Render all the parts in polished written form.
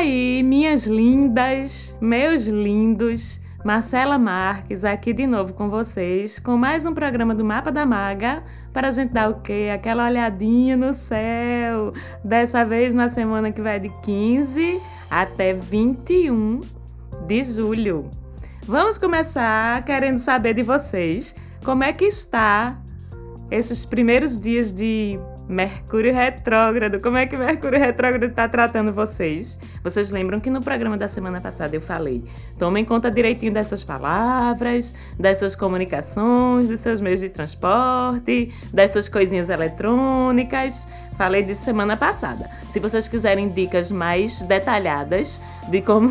aí, minhas lindas, meus lindos, Marcela Marques aqui de novo com vocês, com mais um programa do Mapa da Maga, para a gente dar o quê? Aquela olhadinha no céu, dessa vez na semana que vai de 15 até 21 de julho. Vamos começar querendo saber de vocês como é que está esses primeiros dias de Mercúrio retrógrado. Como é que Mercúrio retrógrado está tratando vocês? Vocês lembram que no programa da semana passada eu falei: tomem conta direitinho dessas palavras, das suas comunicações, dos seus meios de transporte, das suas coisinhas eletrônicas. Falei disso semana passada. Se vocês quiserem dicas mais detalhadas de como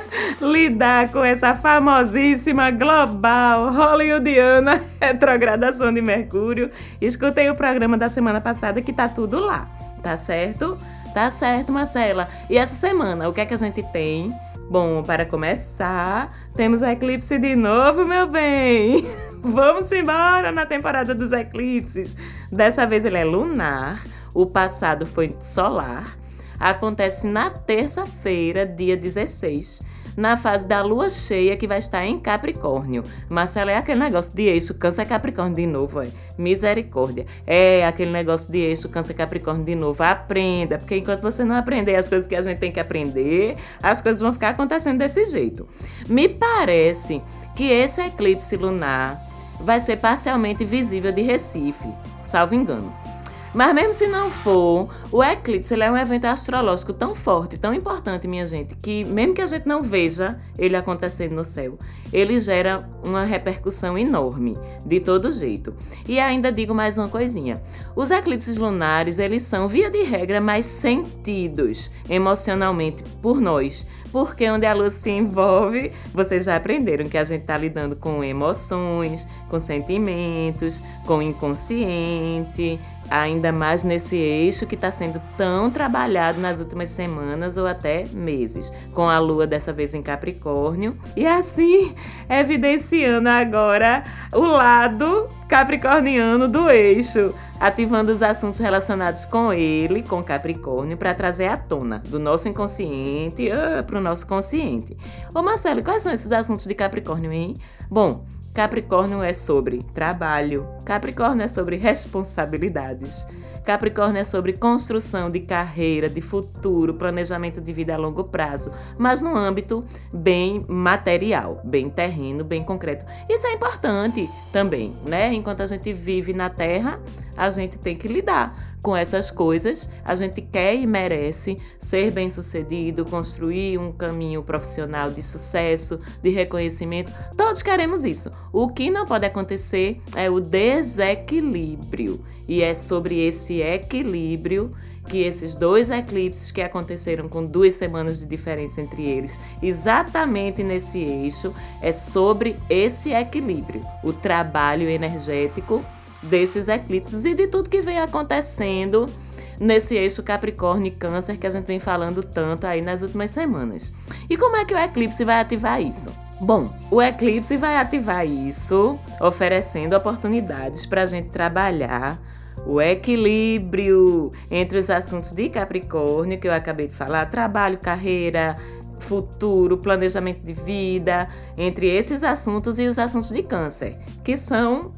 lidar com essa famosíssima, global, hollywoodiana retrogradação de Mercúrio, escutei o programa da semana passada que tá tudo lá, tá certo? Tá certo, Marcela. E essa semana, o que é que a gente tem? Bom, para começar, temos eclipse de novo, meu bem! Vamos embora na temporada dos eclipses. Dessa vez ele é lunar, o passado foi solar. Acontece na terça-feira, dia 16, na fase da lua cheia que vai estar em Capricórnio. Marcela, é aquele negócio de eixo Câncer-Capricórnio de novo, misericórdia. É aquele negócio de eixo Câncer-Capricórnio de novo. Aprenda, porque enquanto você não aprender as coisas que a gente tem que aprender, as coisas vão ficar acontecendo desse jeito. Me parece que esse eclipse lunar vai ser parcialmente visível de Recife, salvo engano. Mas mesmo se não for, o eclipse ele é um evento astrológico tão forte, tão importante, minha gente, que mesmo que a gente não veja ele acontecendo no céu, ele gera uma repercussão enorme, de todo jeito. E ainda digo mais uma coisinha. Os eclipses lunares, eles são, via de regra, mais sentidos emocionalmente por nós. Porque onde a lua se envolve, vocês já aprenderam que a gente está lidando com emoções, com sentimentos, com o inconsciente, ainda mais nesse eixo que está sendo tão trabalhado nas últimas semanas ou até meses, com a lua dessa vez em Capricórnio, e assim evidenciando agora o lado capricorniano do eixo, ativando os assuntos relacionados com ele, com Capricórnio, para trazer à tona do nosso inconsciente para o nosso consciente. Ô Marcelo, quais são esses assuntos de Capricórnio, hein? Bom, Capricórnio é sobre trabalho, Capricórnio é sobre responsabilidades, Capricórnio é sobre construção de carreira, de futuro, planejamento de vida a longo prazo, mas num âmbito bem material, bem terreno, bem concreto. Isso é importante também, né? Enquanto a gente vive na Terra, a gente tem que lidar com essas coisas. A gente quer e merece ser bem-sucedido, construir um caminho profissional de sucesso, de reconhecimento. Todos queremos isso. O que não pode acontecer é o desequilíbrio. E é sobre esse equilíbrio que esses dois eclipses que aconteceram com 2 semanas de diferença entre eles, exatamente nesse eixo, é sobre esse equilíbrio, o trabalho energético desses eclipses e de tudo que vem acontecendo nesse eixo Capricórnio e Câncer que a gente vem falando tanto aí nas últimas semanas. E como é que o eclipse vai ativar isso? Bom, o eclipse vai ativar isso oferecendo oportunidades para a gente trabalhar o equilíbrio entre os assuntos de Capricórnio, que eu acabei de falar, trabalho, carreira, futuro, planejamento de vida, entre esses assuntos e os assuntos de Câncer, que são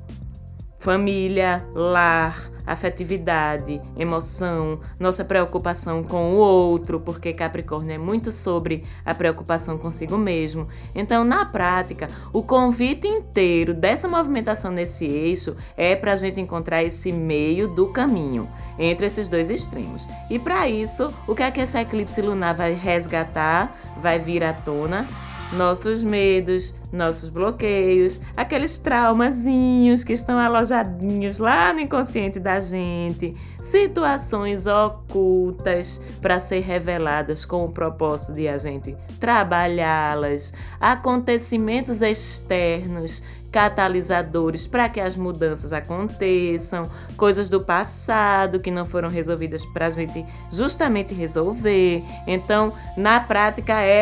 família, lar, afetividade, emoção, nossa preocupação com o outro, porque Capricórnio é muito sobre a preocupação consigo mesmo. Então, na prática, o convite inteiro dessa movimentação nesse eixo é para a gente encontrar esse meio do caminho entre esses dois extremos. E para isso, o que é que esse eclipse lunar vai resgatar, vai vir à tona? Nossos medos, nossos bloqueios, aqueles traumazinhos que estão alojadinhos lá no inconsciente da gente, situações ocultas para ser reveladas com o propósito de a gente trabalhá-las, acontecimentos externos, catalisadores para que as mudanças aconteçam, coisas do passado que não foram resolvidas para a gente justamente resolver. Então, na prática é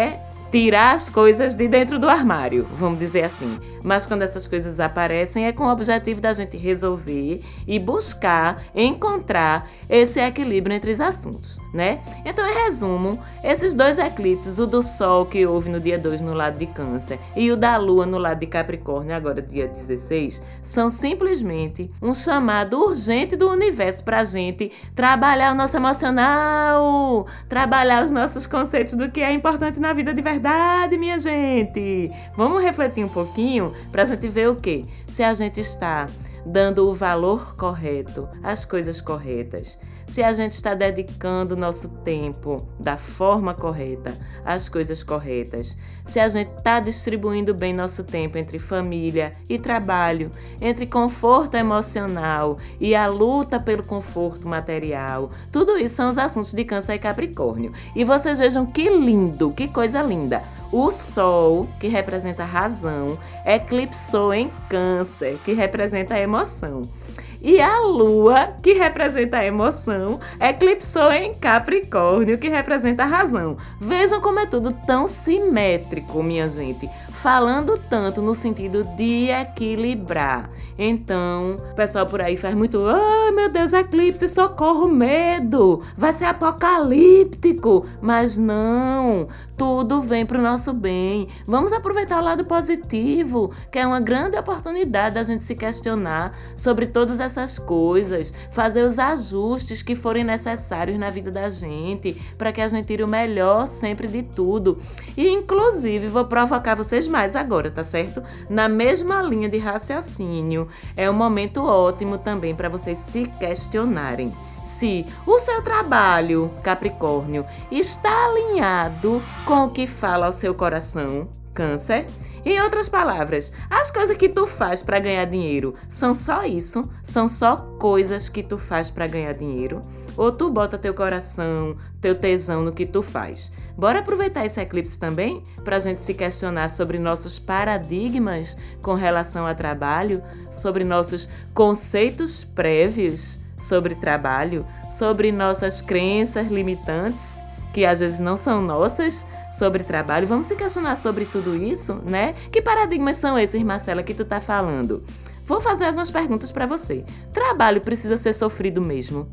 tirar as coisas de dentro do armário, vamos dizer assim. Mas quando essas coisas aparecem é com o objetivo da gente resolver e buscar, encontrar esse equilíbrio entre os assuntos, né? Então, em resumo, esses 2 eclipses, o do Sol que houve no dia 2 no lado de Câncer e o da Lua no lado de Capricórnio, agora dia 16, são simplesmente um chamado urgente do universo pra gente trabalhar o nosso emocional, trabalhar os nossos conceitos do que é importante na vida de verdade, minha gente. Vamos refletir um pouquinho pra gente ver o quê? Se a gente está dando o valor correto às coisas corretas, se a gente está dedicando nosso tempo da forma correta às coisas corretas, se a gente está distribuindo bem nosso tempo entre família e trabalho, entre conforto emocional e a luta pelo conforto material. Tudo isso são os assuntos de Câncer e Capricórnio. E vocês vejam que lindo, que coisa linda. O Sol, que representa a razão, eclipsou em Câncer, que representa a emoção. E a Lua, que representa a emoção, eclipsou em Capricórnio, que representa a razão. Vejam como é tudo tão simétrico, minha gente. Falando tanto no sentido de equilibrar. Então, o pessoal por aí faz muito: ai, meu Deus, eclipse, socorro, medo, vai ser apocalíptico. Mas não, tudo vem para o nosso bem. Vamos aproveitar o lado positivo, que é uma grande oportunidade da gente se questionar sobre todas essas coisas, fazer os ajustes que forem necessários na vida da gente, para que a gente tire o melhor sempre de tudo. E, inclusive, vou provocar vocês mais agora, tá certo? Na mesma linha de raciocínio, é um momento ótimo também para vocês se questionarem se o seu trabalho, Capricórnio, está alinhado com o que fala ao seu coração, Câncer. Em outras palavras, as coisas que tu faz para ganhar dinheiro são só isso? São só coisas que tu faz para ganhar dinheiro? Ou tu bota teu coração, teu tesão no que tu faz? Bora aproveitar esse eclipse também para a gente se questionar sobre nossos paradigmas com relação ao trabalho, sobre nossos conceitos prévios sobre trabalho, sobre nossas crenças limitantes, que às vezes não são nossas, sobre trabalho. Vamos se questionar sobre tudo isso, né? Que paradigmas são esses, Marcela, que tu tá falando? Vou fazer algumas perguntas para você. Trabalho precisa ser sofrido mesmo?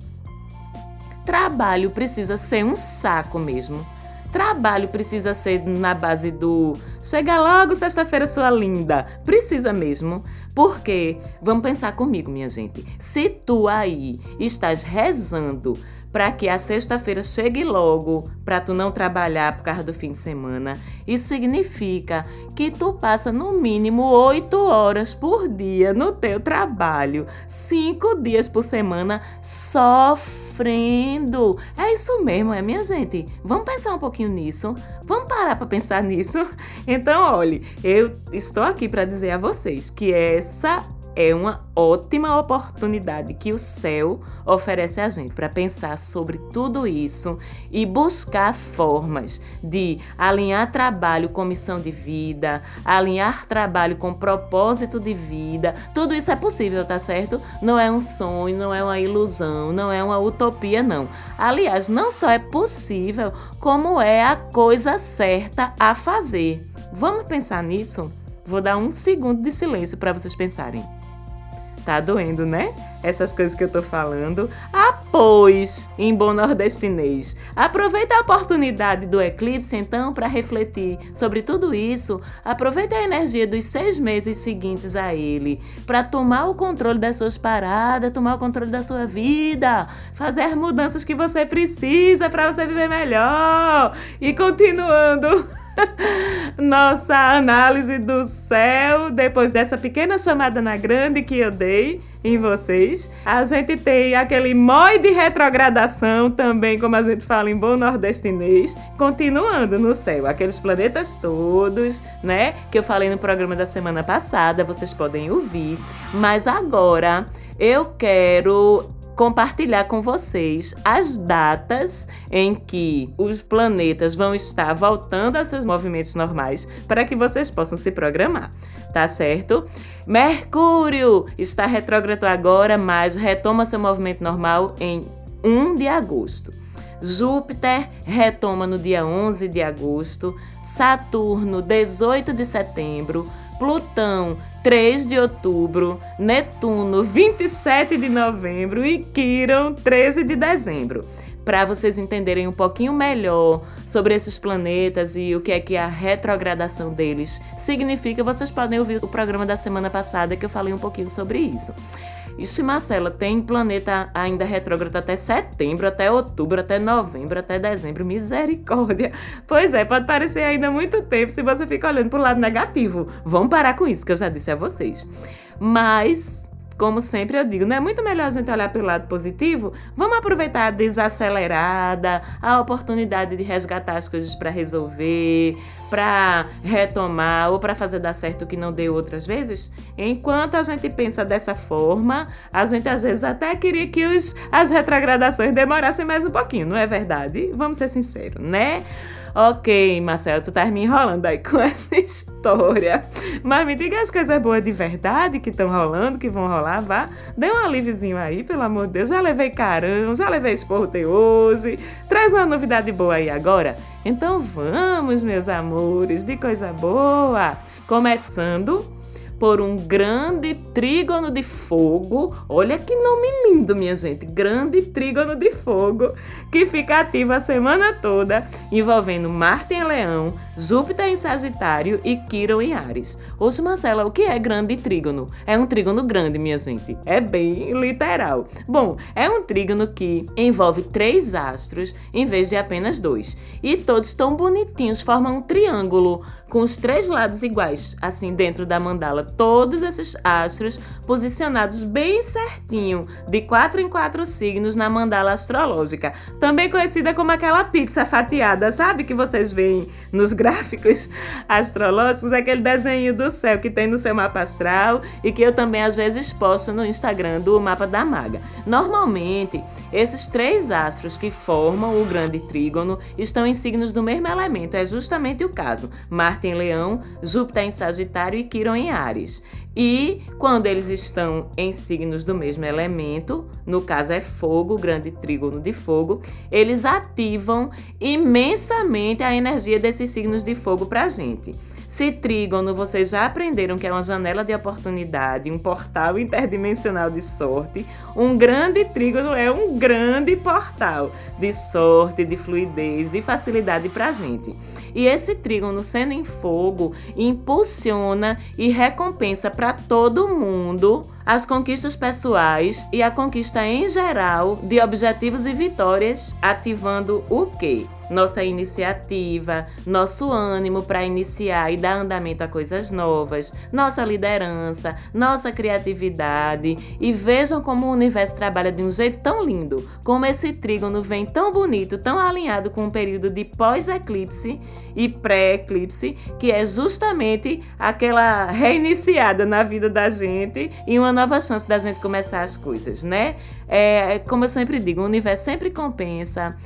Trabalho precisa ser um saco mesmo? Trabalho precisa ser na base do chega logo, sexta-feira, sua linda? Precisa mesmo? Porque, vamos pensar comigo, minha gente, se tu aí estás rezando para que a sexta-feira chegue logo, para tu não trabalhar por causa do fim de semana, isso significa que tu passa no mínimo 8 horas por dia no teu trabalho, 5 dias por semana sofrendo. É isso mesmo, minha gente? Vamos pensar um pouquinho nisso? Vamos parar para pensar nisso? Então, olhe, eu estou aqui para dizer a vocês que essa é uma ótima oportunidade que o céu oferece a gente para pensar sobre tudo isso e buscar formas de alinhar trabalho com missão de vida, alinhar trabalho com propósito de vida. Tudo isso é possível, tá certo? Não é um sonho, não é uma ilusão, não é uma utopia, não. Aliás, não só é possível, como é a coisa certa a fazer. Vamos pensar nisso? Vou dar 1 segundo de silêncio para vocês pensarem. Tá doendo, né? Essas coisas que eu tô falando. Pois, em bom nordestinês, aproveita a oportunidade do eclipse, então, para refletir sobre tudo isso. Aproveita a energia dos 6 meses seguintes a ele, para tomar o controle das suas paradas, tomar o controle da sua vida, fazer as mudanças que você precisa para você viver melhor. E continuando nossa análise do céu, depois dessa pequena chamada na grande que eu dei em vocês, a gente tem aquele mói de retrogradação também, como a gente fala em bom nordestinês, continuando no céu, aqueles planetas todos, né, que eu falei no programa da semana passada, vocês podem ouvir, mas agora eu quero compartilhar com vocês as datas em que os planetas vão estar voltando a seus movimentos normais para que vocês possam se programar, tá certo? Mercúrio está retrógrado agora, mas retoma seu movimento normal em 1 de agosto. Júpiter retoma no dia 11 de agosto, Saturno 18 de setembro, Plutão 3 de outubro, Netuno 27 de novembro e Quirón 13 de dezembro. Para vocês entenderem um pouquinho melhor sobre esses planetas e o que é que a retrogradação deles significa, vocês podem ouvir o programa da semana passada que eu falei um pouquinho sobre isso. Ixi, Marcela, tem planeta ainda retrógrado até setembro, até outubro, até novembro, até dezembro. Misericórdia! Pois é, pode parecer ainda muito tempo se você fica olhando para o lado negativo. Vamos parar com isso, que eu já disse a vocês. Mas, como sempre eu digo, não é muito melhor a gente olhar pelo lado positivo? Vamos aproveitar a desacelerada, a oportunidade de resgatar as coisas para resolver, para retomar ou para fazer dar certo o que não deu outras vezes? Enquanto a gente pensa dessa forma, a gente às vezes até queria que as retrogradações demorassem mais um pouquinho, não é verdade? Vamos ser sinceros, né? Ok, Marcelo, tu tá me enrolando aí com essa história. Mas me diga as coisas boas de verdade que estão rolando, que vão rolar, vá. Dê um alíviozinho aí, pelo amor de Deus. Já levei carão, já levei esporro teu hoje. Traz uma novidade boa aí agora. Então vamos, meus amores, de coisa boa. Começando por um grande trígono de fogo. Olha que nome lindo, minha gente. Grande trígono de fogo que fica ativo a semana toda, envolvendo Marte em Leão, Júpiter em Sagitário e Quirón em Áries. Oxe, Marcela, o que é grande trígono? É um trígono grande, minha gente. É bem literal. Bom, é um trígono que envolve 3 astros em vez de apenas 2. E todos tão bonitinhos, formam um triângulo com os 3 lados iguais, assim, dentro da mandala. Todos esses astros posicionados bem certinho, de 4 em 4 signos na mandala astrológica. Também conhecida como aquela pizza fatiada, sabe? Que vocês veem nos gráficos astrológicos, aquele desenho do céu que tem no seu mapa astral e que eu também às vezes posto no Instagram do Mapa da Maga. Normalmente, esses 3 astros que formam o grande trígono estão em signos do mesmo elemento, é justamente o caso. Marte em Leão, Júpiter em Sagitário e Quirón em Áries. E quando eles estão em signos do mesmo elemento, no caso é fogo, grande trígono de fogo, eles ativam imensamente a energia desses signos de fogo pra gente. Se trígono, vocês já aprenderam que é uma janela de oportunidade, um portal interdimensional de sorte. Um grande trígono é um grande portal de sorte, de fluidez, de facilidade pra gente. E esse trígono, sendo em fogo, impulsiona e recompensa para todo mundo as conquistas pessoais e a conquista em geral de objetivos e vitórias, ativando o quê? Nossa iniciativa, nosso ânimo para iniciar e dar andamento a coisas novas, nossa liderança, nossa criatividade. E vejam como o universo trabalha de um jeito tão lindo, como esse trígono vem tão bonito, tão alinhado com um período de pós-eclipse e pré-eclipse, que é justamente aquela reiniciada na vida da gente e uma nova chance da gente começar as coisas, né? Como eu sempre digo, o universo sempre compensa.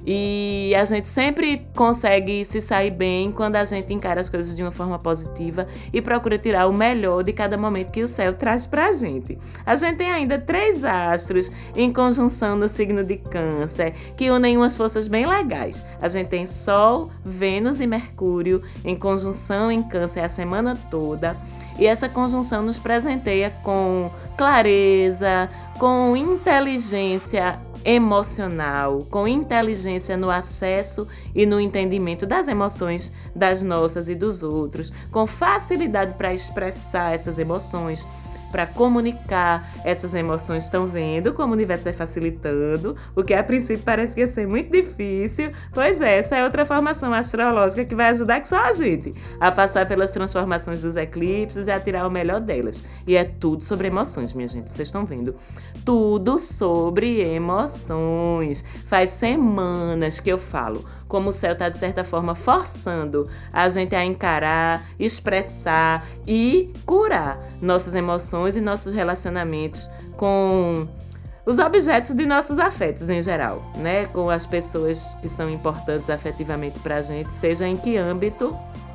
E a gente sempre consegue se sair bem quando a gente encara as coisas de uma forma positiva e procura tirar o melhor de cada momento que o céu traz pra gente. A gente tem ainda 3 astros em conjunção no signo de Câncer, que unem umas forças bem legais. A gente tem Sol, Vênus e Mercúrio em conjunção em Câncer a semana toda. E essa conjunção nos presenteia com clareza, com inteligência emocional, com inteligência no acesso e no entendimento das emoções das nossas e dos outros, com facilidade para expressar essas emoções, para comunicar essas emoções. Estão vendo como o universo vai facilitando, o que a princípio parece que ia ser muito difícil. Pois é, essa é outra formação astrológica que vai ajudar que só a gente a passar pelas transformações dos eclipses e a tirar o melhor delas. E é tudo sobre emoções, minha gente, vocês estão vendo? Tudo sobre emoções. Faz semanas que eu falo como o céu está, de certa forma, forçando a gente a encarar, expressar e curar nossas emoções e nossos relacionamentos com os objetos de nossos afetos em geral, né? Com as pessoas que são importantes afetivamente para a gente, seja em que âmbito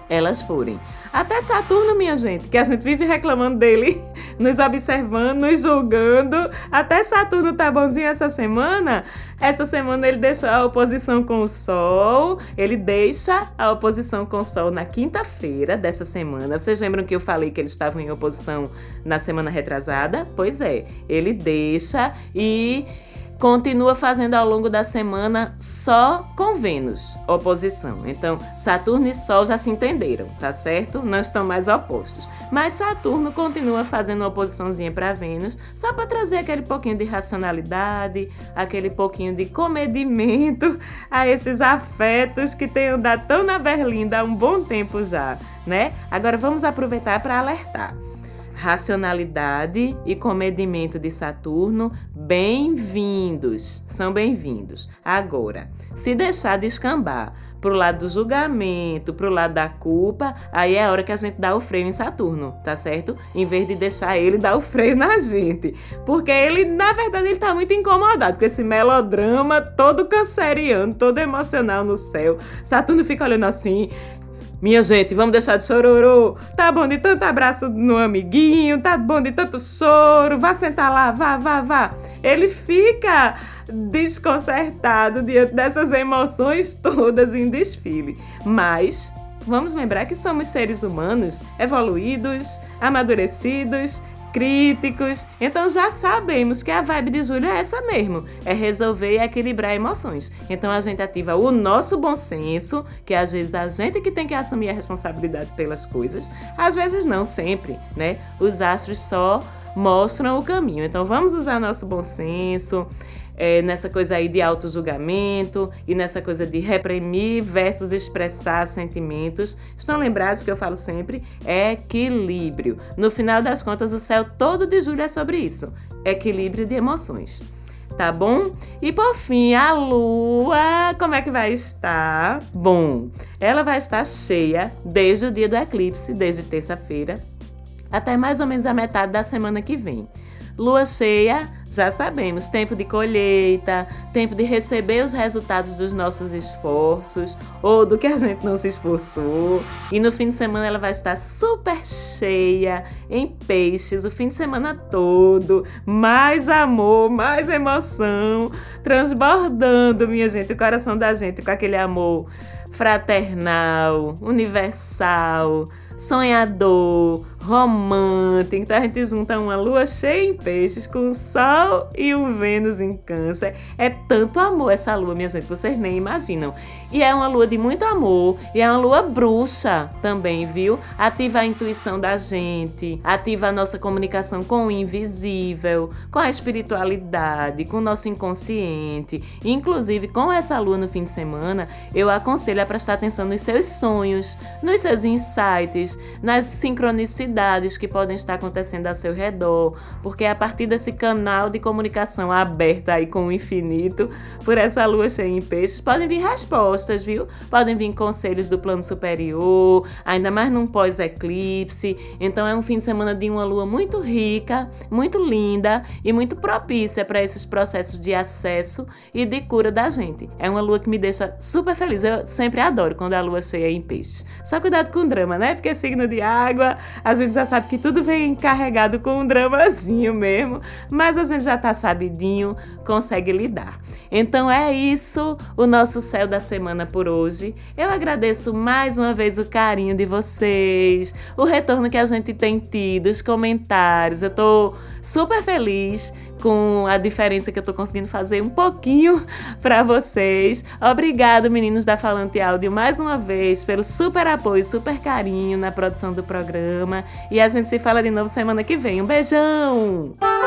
elas forem. Até Saturno, minha gente, que a gente vive reclamando dele, nos observando, nos julgando. Até Saturno tá bonzinho essa semana. Essa semana ele deixou a oposição com o Sol. Ele deixa a oposição com o Sol na quinta-feira dessa semana. Vocês lembram que eu falei que eles estavam em oposição na semana retrasada? Pois é, ele deixa e continua fazendo ao longo da semana só com Vênus, oposição. Então, Saturno e Sol já se entenderam, tá certo? Não estão mais opostos. Mas Saturno continua fazendo uma oposiçãozinha para Vênus, só para trazer aquele pouquinho de racionalidade, aquele pouquinho de comedimento a esses afetos que têm andado tão na berlinda há um bom tempo já, né? Agora vamos aproveitar para alertar. Racionalidade e comedimento de Saturno, bem-vindos, são bem-vindos. Agora, se deixar descambar pro lado do julgamento, pro lado da culpa, aí é a hora que a gente dá o freio em Saturno, tá certo? Em vez de deixar ele dar o freio na gente. Porque ele, na verdade, ele tá muito incomodado com esse melodrama todo canceriano, todo emocional no céu. Saturno fica olhando assim: minha gente, vamos deixar de chororô. Tá bom de tanto abraço no amiguinho, tá bom de tanto choro. Vá sentar lá, vá. Ele fica desconcertado diante dessas emoções todas em desfile. Mas vamos lembrar que somos seres humanos evoluídos, amadurecidos, críticos, então já sabemos que a vibe de julho é essa mesmo, é resolver e equilibrar emoções. Então a gente ativa o nosso bom senso, que às vezes a gente que tem que assumir a responsabilidade pelas coisas, às vezes não sempre, né? Os astros só mostram o caminho, então vamos usar nosso bom senso, nessa coisa aí de auto-julgamento e nessa coisa de reprimir versus expressar sentimentos. Estão lembrados que eu falo sempre? Equilíbrio. No final das contas, o céu todo de julho é sobre isso. Equilíbrio de emoções. Tá bom? E por fim, a Lua, como é que vai estar? Bom, ela vai estar cheia desde o dia do eclipse, desde terça-feira, até mais ou menos a metade da semana que vem. Lua cheia, já sabemos, tempo de colheita, tempo de receber os resultados dos nossos esforços ou do que a gente não se esforçou. E no fim de semana ela vai estar super cheia em peixes o fim de semana todo. Mais amor, mais emoção, transbordando, minha gente, o coração da gente com aquele amor fraternal, universal, sonhador, romântico. Então a gente junta uma lua cheia em peixes com o Sol e um Vênus em Câncer. É tanto amor essa lua, minha gente, vocês nem imaginam. E é uma lua de muito amor, e é uma lua bruxa também, viu? Ativa a intuição da gente, ativa a nossa comunicação com o invisível, com a espiritualidade, com o nosso inconsciente. Inclusive, com essa lua no fim de semana, eu aconselho a prestar atenção nos seus sonhos, nos seus insights, nas sincronicidades que podem estar acontecendo ao seu redor, porque é a partir desse canal de comunicação aberto aí com o infinito, por essa lua cheia em peixes, podem vir respostas, viu? Podem vir conselhos do plano superior, ainda mais num pós-eclipse. Então é um fim de semana de uma lua muito rica, muito linda e muito propícia para esses processos de acesso e de cura da gente. É uma lua que me deixa super feliz. Eu sempre adoro quando a lua cheia é em peixes. Só cuidado com o drama, né? Porque signo de água, a gente já sabe que tudo vem carregado com um dramazinho mesmo, mas a gente já tá sabidinho, consegue lidar. Então é isso, o nosso céu da semana por hoje. Eu agradeço mais uma vez o carinho de vocês, o retorno que a gente tem tido, os comentários. Eu tô super feliz com a diferença que eu tô conseguindo fazer um pouquinho para vocês. Obrigado, meninos da Falante Áudio, mais uma vez, pelo super apoio, super carinho na produção do programa. E a gente se fala de novo semana que vem. Um beijão!